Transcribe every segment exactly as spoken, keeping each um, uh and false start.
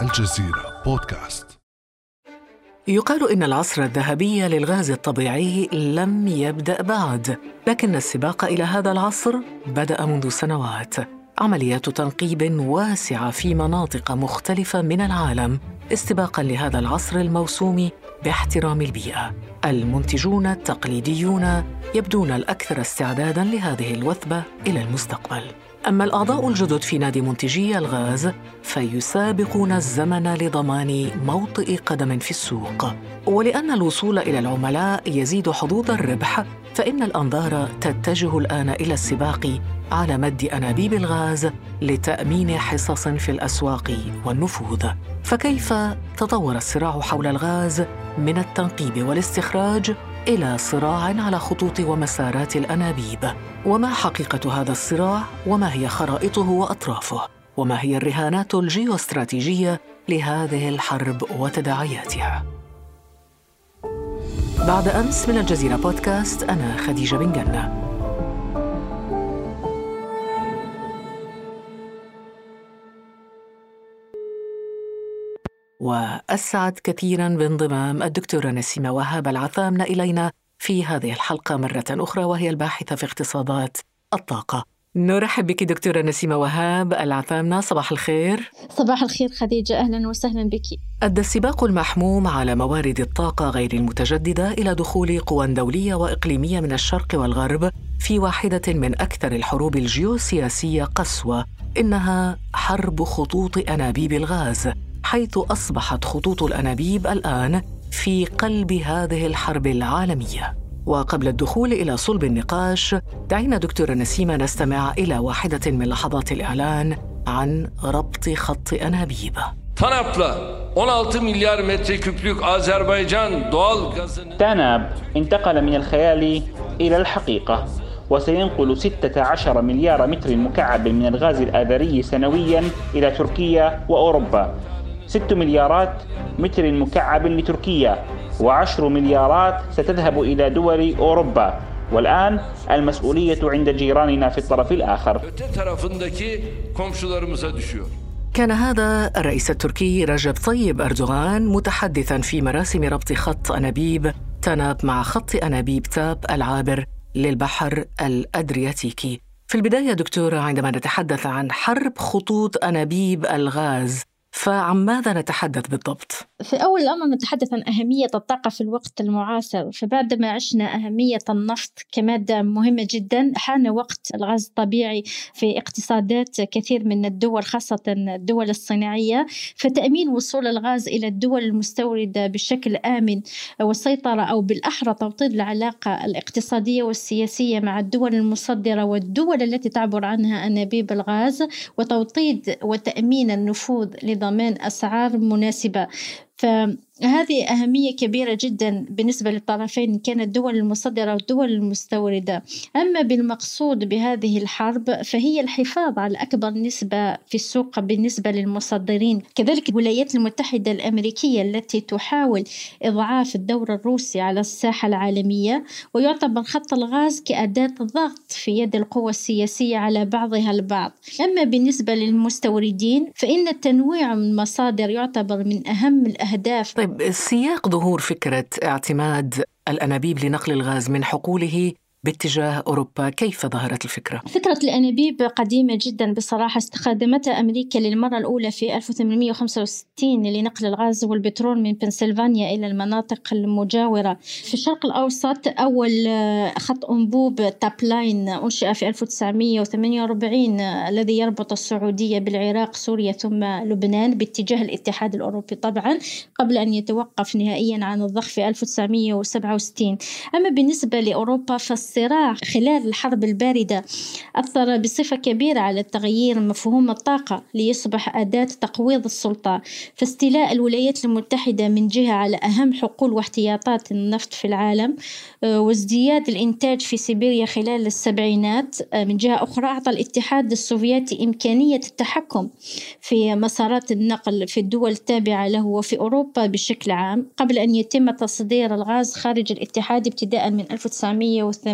الجزيرة بودكاست. يقال إن العصر الذهبي للغاز الطبيعي لم يبدأ بعد، لكن السباق إلى هذا العصر بدأ منذ سنوات. عمليات تنقيب واسعة في مناطق مختلفة من العالم استباقاً لهذا العصر الموسوم باحترام البيئة. المنتجون التقليديون يبدون الأكثر استعداداً لهذه الوثبة إلى المستقبل. أما الأعضاء الجدد في نادي منتجي الغاز فيسابقون الزمن لضمان موطئ قدم في السوق. ولأن الوصول إلى العملاء يزيد حظوظ الربح، فإن الأنظار تتجه الآن إلى السباق على مد أنابيب الغاز لتأمين حصص في الأسواق والنفوذ. فكيف تطور الصراع حول الغاز من التنقيب والاستخراج إلى صراع على خطوط ومسارات الأنابيب؟ وما حقيقة هذا الصراع؟ وما هي خرائطه وأطرافه؟ وما هي الرهانات الجيوستراتيجية لهذه الحرب وتداعياتها؟ بعد أمس من الجزيرة بودكاست، أنا خديجة بن جنة. وأسعد كثيراً بانضمام الدكتورة نسيمة وهاب العثامنة إلينا في هذه الحلقة مرة أخرى، وهي الباحثة في اقتصادات الطاقة. نرحب بك دكتورة نسيمة وهاب العثامنة، صباح الخير. صباح الخير خديجة، أهلاً وسهلاً بك. أدى السباق المحموم على موارد الطاقة غير المتجددة إلى دخول قوى دولية وإقليمية من الشرق والغرب في واحدة من أكثر الحروب الجيوسياسية قسوة، إنها حرب خطوط أنابيب الغاز، حيث أصبحت خطوط الأنابيب الآن في قلب هذه الحرب العالمية. وقبل الدخول إلى صلب النقاش، دعينا دكتورة نسيمة نستمع إلى واحدة من لحظات الإعلان عن ربط خط أنابيب. تاناب انتقل من الخيال إلى الحقيقة، وسينقل ستة عشر مليار متر مكعب من الغاز الآذري سنوياً إلى تركيا وأوروبا. ست مليارات متر مكعب لتركيا وعشر مليارات ستذهب إلى دول أوروبا، والآن المسؤولية عند جيراننا في الطرف الآخر. كان هذا الرئيس التركي رجب طيب أردوغان متحدثاً في مراسم ربط خط أنابيب تاناب مع خط أنابيب تاب العابر للبحر الأدرياتيكي. في البداية دكتورة، عندما نتحدث عن حرب خطوط أنابيب الغاز، فعن ماذا نتحدث بالضبط؟ في أول الأمر نتحدث عن أهمية الطاقة في الوقت المعاصر. فبعدما عشنا أهمية النفط كمادة مهمة جدا، حان وقت الغاز الطبيعي في اقتصادات كثير من الدول، خاصة الدول الصناعية. فتأمين وصول الغاز إلى الدول المستوردة بشكل آمن والسيطرة، أو بالأحرى توطيد العلاقة الاقتصادية والسياسية مع الدول المصدرة والدول التي تعبر عنها أنابيب الغاز، وتوطيد وتأمين النفوذ ضمان أسعار مناسبة. فهذه أهمية كبيرة جدا بالنسبة للطرفين، كانت الدول المصدرة والدول المستوردة. أما بالمقصود بهذه الحرب فهي الحفاظ على أكبر نسبة في السوق بالنسبة للمصدرين. كذلك الولايات المتحدة الأمريكية التي تحاول إضعاف الدور الروسي على الساحة العالمية، ويعتبر خط الغاز كأداة ضغط في يد القوى السياسية على بعضها البعض. أما بالنسبة للمستوردين فإن التنويع من المصادر يعتبر من أهم الأهداف. طيب، سياق ظهور فكرة اعتماد الأنابيب لنقل الغاز من حقوله باتجاه أوروبا، كيف ظهرت الفكرة؟ فكرة الأنابيب قديمة جدا بصراحة، استخدمتها أمريكا للمرة الأولى في ألف وثمانمئة وخمسة وستين لنقل الغاز والبترول من بنسلفانيا إلى المناطق المجاورة. في الشرق الأوسط أول خط أنبوب تابلاين أنشئ في ألف وتسعمئة وثمانية وأربعين الذي يربط السعودية بالعراق سوريا ثم لبنان باتجاه الاتحاد الأوروبي، طبعا قبل أن يتوقف نهائيا عن الضخ في ألف وتسعمئة وسبعة وستين. أما بالنسبة لأوروبا فالصراع خلال الحرب الباردة أثر بصفة كبيرة على تغيير مفهوم الطاقة ليصبح أداة تقويض السلطة. فاستيلاء الولايات المتحدة من جهة على أهم حقول واحتياطات النفط في العالم، وازدياد الإنتاج في سيبيريا خلال السبعينات من جهة أخرى، أعطى الاتحاد السوفيتي إمكانية التحكم في مسارات النقل في الدول التابعة له وفي أوروبا بشكل عام، قبل أن يتم تصدير الغاز خارج الاتحاد ابتداء من ألف وتسعمئة وثمانية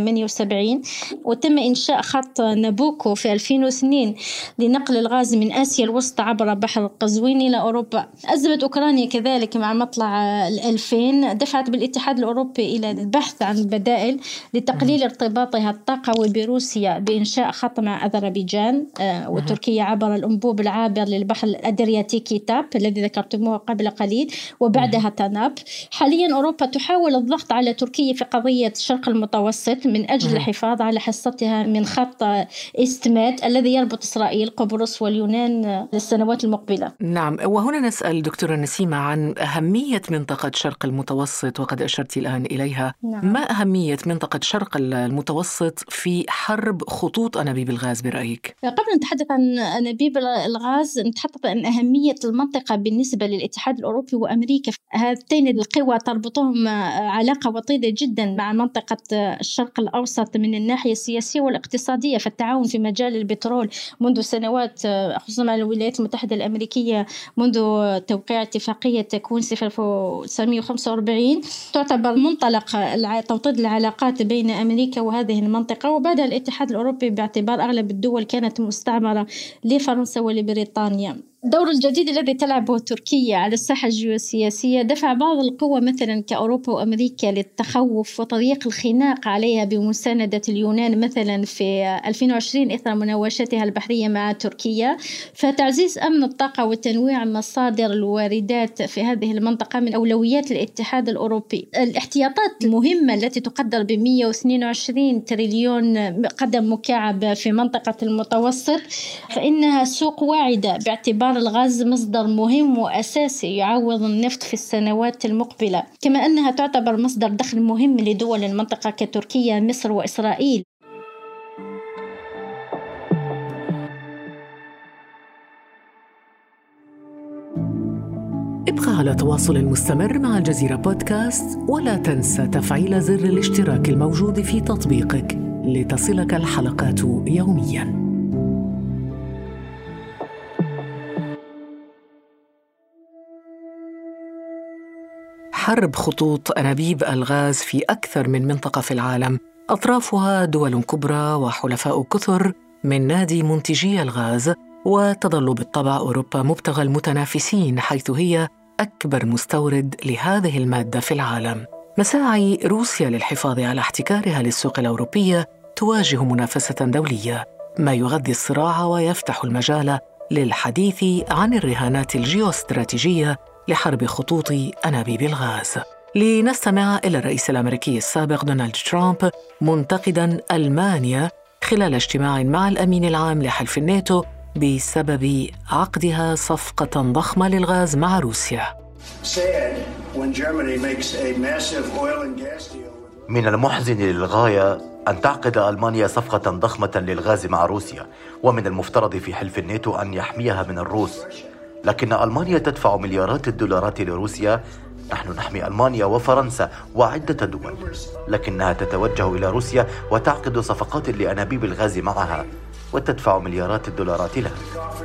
ثمانية وسبعين، وتم إنشاء خط نابوكو في ألفين واثنين لنقل الغاز من آسيا الوسطى عبر بحر القزوين إلى أوروبا. أزمة أوكرانيا كذلك مع مطلع الألفين دفعت بالاتحاد الأوروبي إلى البحث عن بدائل لتقليل ارتباطها الطاقوي بروسيا بإنشاء خط مع أذربيجان وتركيا عبر الأنبوب العابر للبحر الأدرياتيكي تاب الذي ذكرتموه قبل قليل، وبعدها تناب. حاليا أوروبا تحاول الضغط على تركيا في قضية الشرق المتوسط من أجل الحفاظ على حصتها من خط إستماد الذي يربط إسرائيل قبرص واليونان للسنوات المقبلة. نعم، وهنا نسأل دكتورة نسيمة عن أهمية منطقة شرق المتوسط، وقد أشرت الآن إليها. نعم. ما أهمية منطقة شرق المتوسط في حرب خطوط أنابيب الغاز برأيك؟ قبل أن نتحدث عن أنابيب الغاز نتحدث عن أهمية المنطقة بالنسبة للاتحاد الأوروبي وأمريكا. هاتين القوى تربطهم علاقة وطيدة جدا مع منطقة الشرق الأوسط من الناحية السياسية والاقتصادية، فالتعاون في مجال البترول منذ سنوات خصوصا مع الولايات المتحدة الأمريكية منذ توقيع اتفاقية تكوين ألف وتسعمائة وخمسة وأربعين تعتبر منطلق توطيد العلاقات بين أمريكا وهذه المنطقة، وبعدها الاتحاد الأوروبي باعتبار أغلب الدول كانت مستعمرة لفرنسا ولبريطانيا. الدور الجديد الذي تلعبه تركيا على الساحة الجيوسياسية دفع بعض القوى مثلا كأوروبا وأمريكا للتخوف وتضييق الخناق عليها بمساندة اليونان مثلا في ألفين وعشرين إثر مناوشتها البحرية مع تركيا. فتعزيز أمن الطاقة وتنويع مصادر الواردات في هذه المنطقة من أولويات الاتحاد الأوروبي. الاحتياطات المهمة التي تقدر ب مئة واثنين وعشرين تريليون قدم مكعب في منطقة المتوسط فإنها سوق واعدة باعتبار الغاز مصدر مهم وأساسي يعوض النفط في السنوات المقبلة، كما أنها تعتبر مصدر دخل مهم لدول المنطقة كتركيا مصر وإسرائيل. ابقى على تواصل مستمر مع الجزيرة بودكاست، ولا تنسى تفعيل زر الاشتراك الموجود في تطبيقك لتصلك الحلقات يومياً. حرب خطوط أنابيب الغاز في أكثر من منطقة في العالم، أطرافها دول كبرى وحلفاء كثر من نادي منتجي الغاز، وتظل بالطبع أوروبا مبتغى المتنافسين حيث هي أكبر مستورد لهذه المادة في العالم. مساعي روسيا للحفاظ على احتكارها للسوق الأوروبية تواجه منافسة دولية، ما يغذي الصراع ويفتح المجال للحديث عن الرهانات الجيوستراتيجية لحرب خطوط أنابيب الغاز. لنستمع إلى الرئيس الأمريكي السابق دونالد ترامب منتقداً ألمانيا خلال اجتماع مع الأمين العام لحلف الناتو بسبب عقدها صفقة ضخمة للغاز مع روسيا. من المحزن للغاية أن تعقد ألمانيا صفقة ضخمة للغاز مع روسيا، ومن المفترض في حلف الناتو أن يحميها من الروس، لكن ألمانيا تدفع مليارات الدولارات لروسيا. نحن نحمي ألمانيا وفرنسا وعدة دول، لكنها تتوجه إلى روسيا وتعقد صفقات لأنابيب الغاز معها وتدفع مليارات الدولارات لها.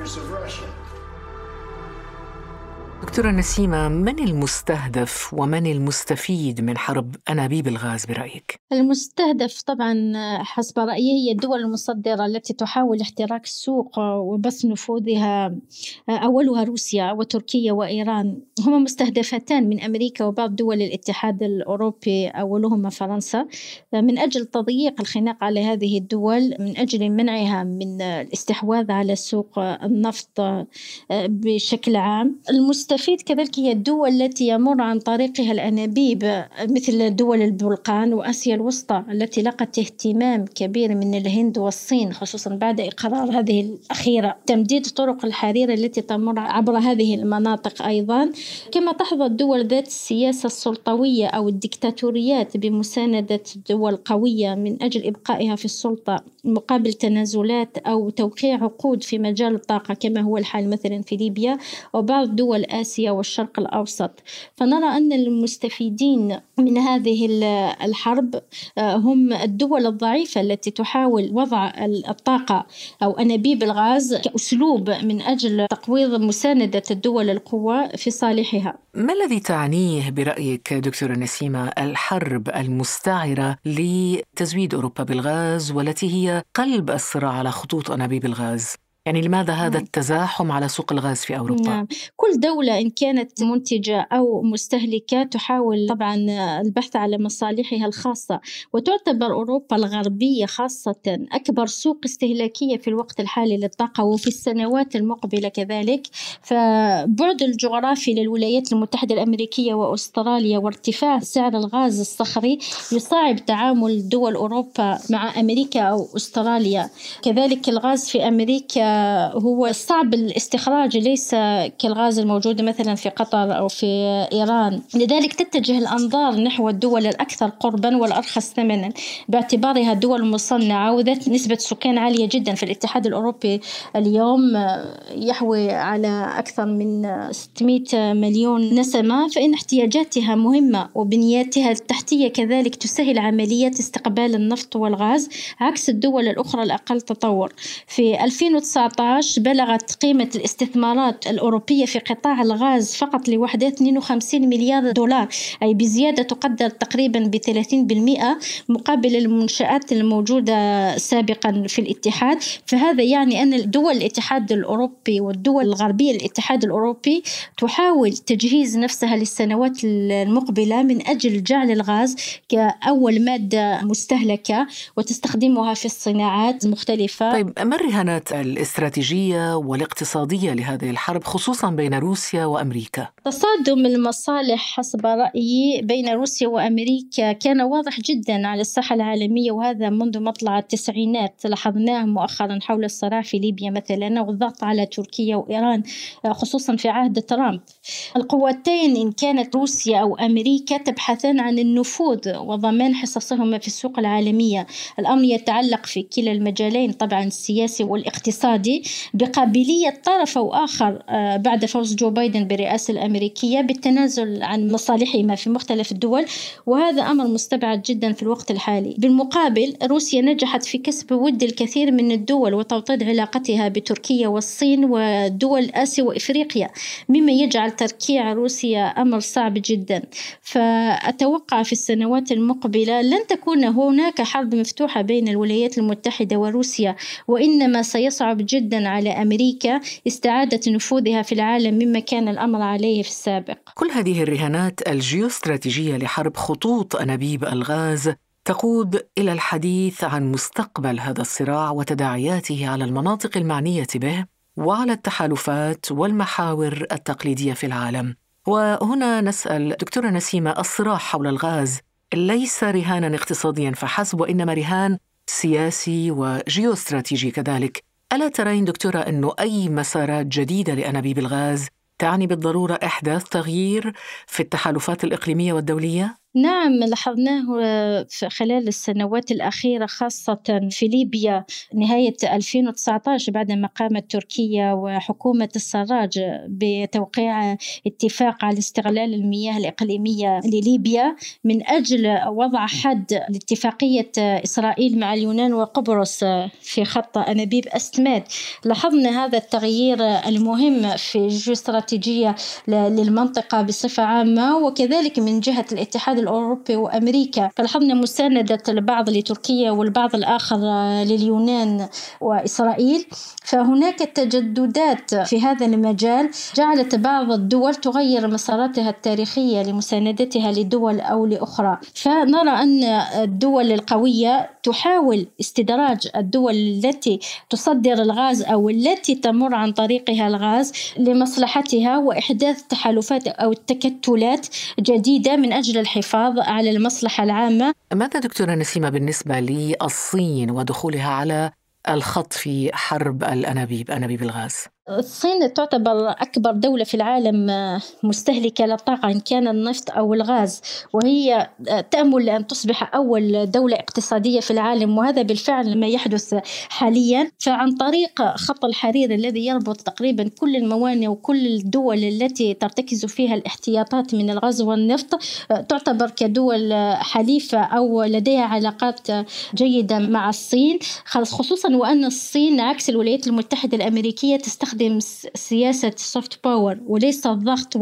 دكتورة نسيمة، من المستهدف ومن المستفيد من حرب أنابيب الغاز برأيك؟ المستهدف طبعا حسب رأيي هي الدول المصدرة التي تحاول احتراق السوق وبث نفوذها، أولها روسيا وتركيا وإيران. هما مستهدفتان من أمريكا وبعض دول الاتحاد الأوروبي أولهما فرنسا، من أجل تضييق الخناق على هذه الدول، من أجل منعها من الاستحواذ على سوق النفط بشكل عام. المستفيد كذلك هي الدول التي يمر عن طريقها الأنابيب مثل دول البلقان وآسيا الوسطى التي لقت اهتمام كبير من الهند والصين، خصوصا بعد إقرار هذه الأخيرة تمديد طرق الحرير التي تمر عبر هذه المناطق أيضا. كما تحظى الدول ذات السياسة السلطوية أو الدكتاتوريات بمساندة دول قوية من أجل إبقائها في السلطة مقابل تنازلات أو توقيع عقود في مجال الطاقة، كما هو الحال مثلا في ليبيا وبعض دول آسيا آسيا والشرق الأوسط. فنرى أن المستفيدين من هذه الحرب هم الدول الضعيفة التي تحاول وضع الطاقة أو أنابيب الغاز كأسلوب من أجل تقويض مساندة الدول القوى في صالحها. ما الذي تعنيه برأيك دكتورة نسيمة الحرب المستعرة لتزويد أوروبا بالغاز والتي هي قلب الصراع على خطوط أنابيب الغاز؟ يعني لماذا هذا التزاحم على سوق الغاز في أوروبا؟ نعم. كل دولة إن كانت منتجة أو مستهلكة تحاول طبعا البحث على مصالحها الخاصة، وتعتبر أوروبا الغربية خاصة أكبر سوق استهلاكية في الوقت الحالي للطاقة وفي السنوات المقبلة كذلك. فبعد الجغرافي للولايات المتحدة الأمريكية وأستراليا وارتفاع سعر الغاز الصخري يصعب تعامل دول أوروبا مع أمريكا أو أستراليا. كذلك الغاز في أمريكا هو صعب الاستخراج، ليس كالغاز الموجود مثلا في قطر أو في إيران. لذلك تتجه الأنظار نحو الدول الأكثر قربا والأرخص ثمنا باعتبارها دول مصنعة وذات نسبة سكان عالية جدا. في الاتحاد الأوروبي اليوم يحوي على أكثر من ستمائة مليون نسمة، فإن احتياجاتها مهمة وبنياتها التحتية كذلك تسهل عمليات استقبال النفط والغاز عكس الدول الأخرى الأقل تطور. في ألفين وتسعة عشر بلغت قيمة الاستثمارات الأوروبية في قطاع الغاز فقط لوحدها اثنين وخمسين مليار دولار، أي بزيادة تقدر تقريبا بثلاثين بالمئة مقابل المنشآت الموجودة سابقا في الاتحاد. فهذا يعني أن دول الاتحاد الأوروبي والدول الغربية الاتحاد الأوروبي تحاول تجهيز نفسها للسنوات المقبلة من أجل جعل الغاز كأول مادة مستهلكة وتستخدمها في الصناعات المختلفة. طيب، ما الرهانات الاستراتيجية والاقتصادية لهذه الحرب خصوصا بين روسيا وأمريكا؟ تصادم المصالح حسب رأيي بين روسيا وأمريكا كان واضح جدا على الساحة العالمية، وهذا منذ مطلع التسعينات. لاحظناه مؤخرا حول الصراع في ليبيا مثلا والضغط على تركيا وإيران خصوصا في عهد ترامب. القوتين إن كانت روسيا أو أمريكا تبحثان عن النفوذ وضمان حصصهما في السوق العالمية. الأمر يتعلق في كلا المجالين طبعا السياسي والاقتصادي بقابلية طرف أو آخر بعد فوز جو بايدن بالرئاسة الأمريكية بالتنازل عن مصالحهما في مختلف الدول، وهذا أمر مستبعد جدا في الوقت الحالي. بالمقابل روسيا نجحت في كسب ود الكثير من الدول وتوطيد علاقتها بتركيا والصين ودول آسيا وإفريقيا، مما يجعل تركيع روسيا أمر صعب جدا. فأتوقع في السنوات المقبلة لن تكون هناك حرب مفتوحة بين الولايات المتحدة وروسيا، وإنما سيصعب جدا على أمريكا استعادة نفوذها في العالم مما كان الأمر عليه في السابق. كل هذه الرهانات الجيوستراتيجية لحرب خطوط أنابيب الغاز تقود إلى الحديث عن مستقبل هذا الصراع وتداعياته على المناطق المعنية به وعلى التحالفات والمحاور التقليدية في العالم. وهنا نسأل دكتورة نسيمة، الصراع حول الغاز ليس رهانا اقتصاديا فحسب وإنما رهان سياسي وجيوستراتيجي كذلك. ألا ترين دكتورة أنه أي مسارات جديدة لأنابيب الغاز تعني بالضرورة إحداث تغيير في التحالفات الإقليمية والدولية؟ نعم، لاحظناه في خلال السنوات الأخيرة خاصة في ليبيا نهاية ألفين وتسعة عشر بعدما قامت تركيا وحكومة السراج بتوقيع اتفاق على استغلال المياه الإقليمية لليبيا من أجل وضع حد لاتفاقية إسرائيل مع اليونان وقبرص في خط أنابيب أستماد. لاحظنا هذا التغيير المهم في الجيوستراتيجية للمنطقة بصفة عامة، وكذلك من جهة الاتحاد الأوروبي وأمريكا. فلاحظنا مساندة البعض لتركيا والبعض الآخر لليونان وإسرائيل. فهناك تجددات في هذا المجال جعلت بعض الدول تغير مساراتها التاريخية لمساندتها لدول أو لأخرى. فنرى أن الدول القوية تحاول استدراج الدول التي تصدر الغاز أو التي تمر عن طريقها الغاز لمصلحتها وإحداث تحالفات أو تكتلات جديدة من أجل الحفاظ على المصلحة العامة. ماذا دكتورة نسيمة بالنسبة للصين ودخولها على الخط في حرب الأنابيب أنابيب الغاز؟ الصين تعتبر أكبر دولة في العالم مستهلكة للطاقة إن كان النفط أو الغاز، وهي تأمل أن تصبح أول دولة اقتصادية في العالم، وهذا بالفعل ما يحدث حاليا. فعن طريق خط الحرير الذي يربط تقريبا كل الموانئ وكل الدول التي ترتكز فيها الاحتياطات من الغاز والنفط تعتبر كدول حليفة أو لديها علاقات جيدة مع الصين، خصوصا وأن الصين عكس الولايات المتحدة الأمريكية تستخدم سياسة سوفت باور وليس الضغط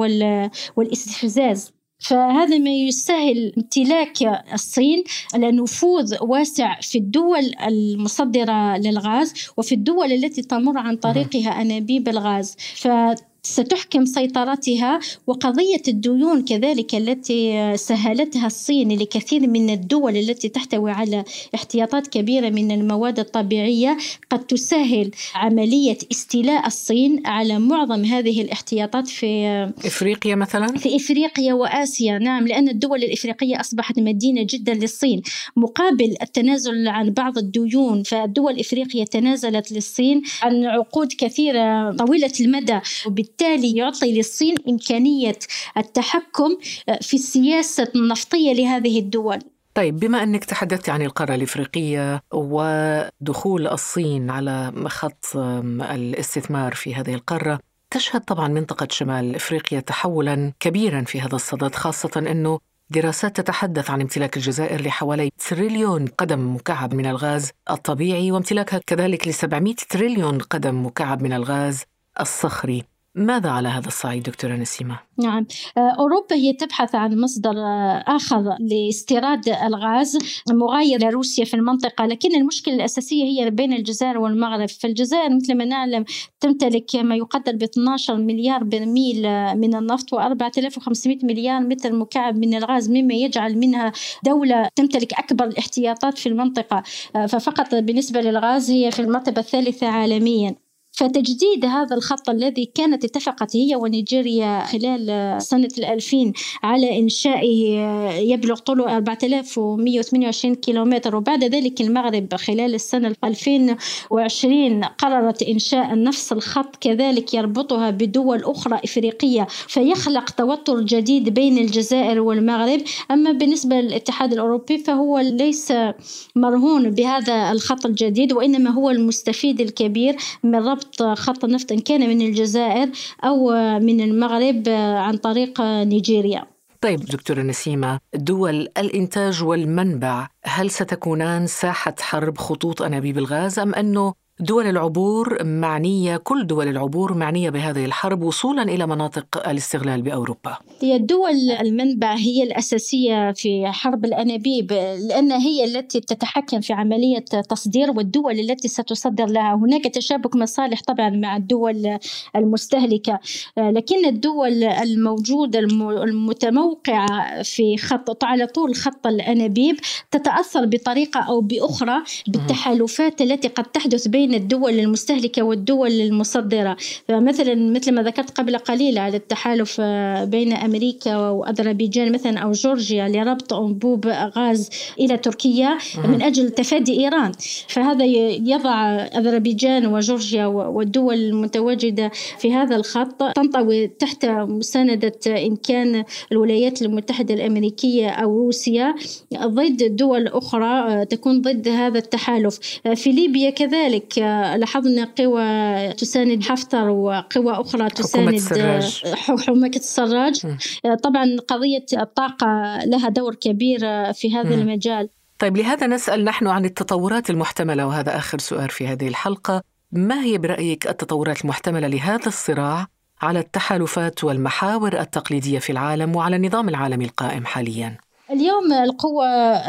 والاستفزاز. فهذا ما يسهل امتلاك الصين على نفوذ واسع في الدول المصدرة للغاز وفي الدول التي تمر عن طريقها أنابيب الغاز، ف ستحكم سيطرتها. وقضية الديون كذلك التي سهلتها الصين لكثير من الدول التي تحتوي على احتياطات كبيرة من المواد الطبيعية قد تسهل عملية استيلاء الصين على معظم هذه الاحتياطات في إفريقيا مثلا؟ في إفريقيا وآسيا، نعم، لأن الدول الإفريقية أصبحت مدينة جدا للصين. مقابل التنازل عن بعض الديون، فالدول الإفريقية تنازلت للصين عن عقود كثيرة طويلة المدى، بالتالي يعطي للصين إمكانية التحكم في السياسة النفطية لهذه الدول. طيب، بما أنك تحدثت عن القارة الإفريقية ودخول الصين على خط الاستثمار في هذه القارة، تشهد طبعا منطقة شمال إفريقيا تحولا كبيرا في هذا الصدد، خاصة أنه دراسات تتحدث عن امتلاك الجزائر لحوالي تريليون قدم مكعب من الغاز الطبيعي، وامتلاكها كذلك لسبعمائة تريليون قدم مكعب من الغاز الصخري. ماذا على هذا الصعيد دكتورة نسيمة؟ نعم، أوروبا هي تبحث عن مصدر آخر لاستيراد الغاز مغاير لروسيا في المنطقة، لكن المشكلة الأساسية هي بين الجزائر والمغرب. فالجزائر مثل ما نعلم تمتلك ما يقدر ب اثني عشر مليار برميل من النفط وأربعة آلاف وخمسمائة مليار متر مكعب من الغاز، مما يجعل منها دولة تمتلك أكبر الاحتياطات في المنطقة. ففقط بالنسبة للغاز هي في المرتبة الثالثة عالميا. فتجديد هذا الخط الذي كانت اتفقت هي ونيجيريا خلال سنة الألفين على إنشائه يبلغ طوله أربعة آلاف ومئة وثمانية وعشرين كيلومتر، وبعد ذلك المغرب خلال السنة ألفين وعشرين قررت إنشاء نفس الخط كذلك يربطها بدول أخرى إفريقية، فيخلق توتر جديد بين الجزائر والمغرب. أما بالنسبة للاتحاد الأوروبي فهو ليس مرهون بهذا الخط الجديد، وإنما هو المستفيد الكبير من ربط خط النفط إن كان من الجزائر أو من المغرب عن طريق نيجيريا. طيب دكتورة نسيمة، دول الإنتاج والمنبع هل ستكونان ساحة حرب خطوط أنابيب الغاز، أم أنه دول العبور معنية، كل دول العبور معنية بهذه الحرب وصولا إلى مناطق الاستغلال بأوروبا؟ هي الدول المنبع هي الأساسية في حرب الأنابيب، لأن هي التي تتحكم في عملية تصدير والدول التي ستصدر لها. هناك تشابك مصالح طبعا مع الدول المستهلكة، لكن الدول الموجودة المتموقعة في خط على طول خط الأنابيب تتأثر بطريقة أو بأخرى بالتحالفات التي قد تحدث بين الدول المستهلكة والدول المصدرة. فمثلا مثل ما ذكرت قبل قليل على التحالف بين أمريكا وأذربيجان مثلا أو جورجيا لربط أنبوب غاز إلى تركيا من أجل تفادي إيران، فهذا يضع أذربيجان وجورجيا والدول المتواجدة في هذا الخط تنطوي تحت مساندة إن كان الولايات المتحدة الأمريكية أو روسيا ضد دول أخرى تكون ضد هذا التحالف. في ليبيا كذلك لاحظنا قوى تساند حفتر وقوى أخرى تساند حكومة السراج. طبعا قضية الطاقة لها دور كبير في هذا م. المجال. طيب، لهذا نسأل نحن عن التطورات المحتملة، وهذا آخر سؤال في هذه الحلقة. ما هي برأيك التطورات المحتملة لهذا الصراع على التحالفات والمحاور التقليدية في العالم وعلى النظام العالمي القائم حالياً؟ اليوم القوى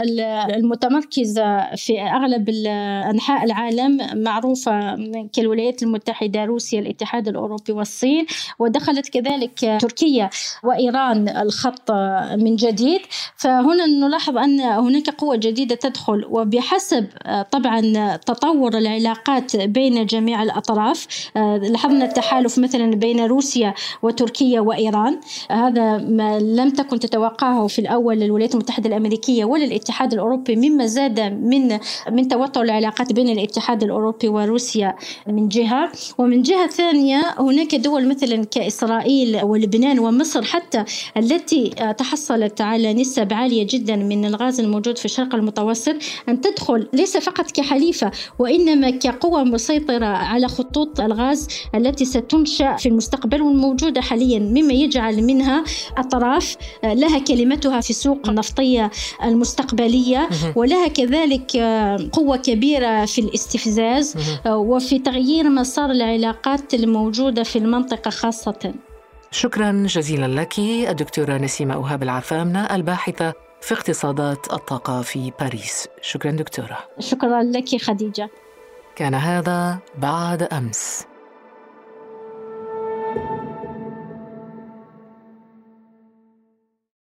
المتمركزة في أغلب أنحاء العالم معروفة كالولايات المتحدة، روسيا، الاتحاد الأوروبي والصين، ودخلت كذلك تركيا وإيران الخط من جديد. فهنا نلاحظ أن هناك قوة جديدة تدخل، وبحسب طبعا تطور العلاقات بين جميع الأطراف لاحظنا التحالف مثلا بين روسيا وتركيا وإيران، هذا ما لم تكن تتوقعه في الأول الولايات الولايات المتحدة الأمريكية ولا الاتحاد الأوروبي، مما زاد من من توتر العلاقات بين الاتحاد الأوروبي وروسيا من جهة، ومن جهة ثانية هناك دول مثلا كإسرائيل ولبنان ومصر حتى التي تحصلت على نسب عالية جدا من الغاز الموجود في الشرق المتوسط أن تدخل ليس فقط كحليفة وإنما كقوة مسيطرة على خطوط الغاز التي ستنشأ في المستقبل والموجودة حاليا، مما يجعل منها أطراف لها كلمتها في السوق النفطية المستقبلية، ولها كذلك قوة كبيرة في الاستفزاز وفي تغيير مسار العلاقات الموجودة في المنطقة خاصة. شكرا جزيلا لك الدكتورة نسيمة أوهاب العثامنة، الباحثة في اقتصادات الطاقة في باريس. شكرا دكتورة. شكرا لك خديجة. كان هذا بعد أمس.